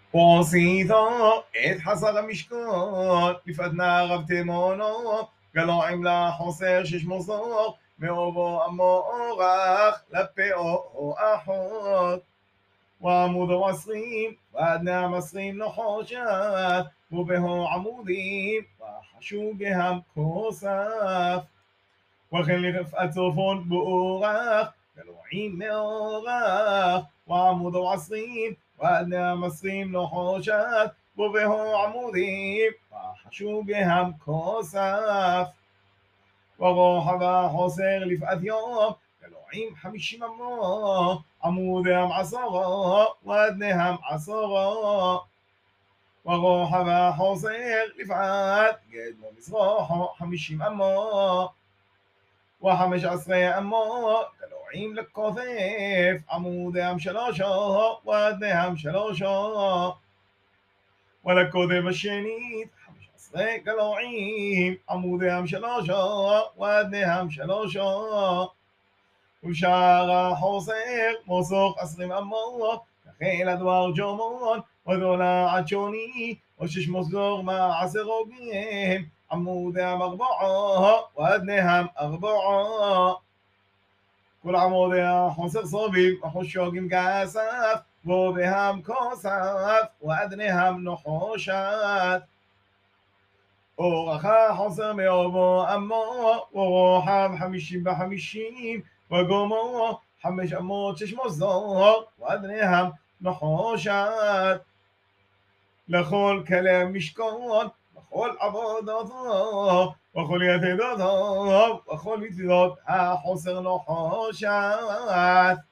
ועשיתו את חסר המשכון, לפעדנה רב תמונו, גלועים לחוסר שש מוסור, מאובו המורח, לפאו אחות. ועמודו 20, ועדנה 20 נחושת, ובהו עמודים, וחשוגיהם כוסף. וכן לרפאת צופון באורח, גלועים מאורח, ועמודו 20, ועדנה 20 נחושת, ובהו עמודים, וחשוגיהם כוסף. ורוחב החוסר לפאת יום, גלועים 50 אמו, עמודיהם 10, ואדניהם 10. ורוחב החוסר לפאת גדמו מזרחו 50 אמו, ו15 אמו, גלועים לכופף, עמודיהם 3, ואדניהם 3. ולקודם השנית 15 גלועים, עמודיהם 3, ואדניהם 3. ובשאר החוסר מוסוך 20 אמו, כחיל הדבר ג'ומון, ודולעת שוני, ושש מוסדור מעשר הוגים, עמודיהם 4, ואדניהם 4. כל עמודי החוסר סוביב, וחושוגים כסף, ובהם כוסף, ואדניהם נחושת. אורך החוסר מאובו אמו, ורוחב 50 ב50, וגומו 500 6 מוסדות, ואדניהם נחושת. לכל כלי משכון, וכל עבודתו, וכל יתדותו, וכל יתדות החוסר נחושת.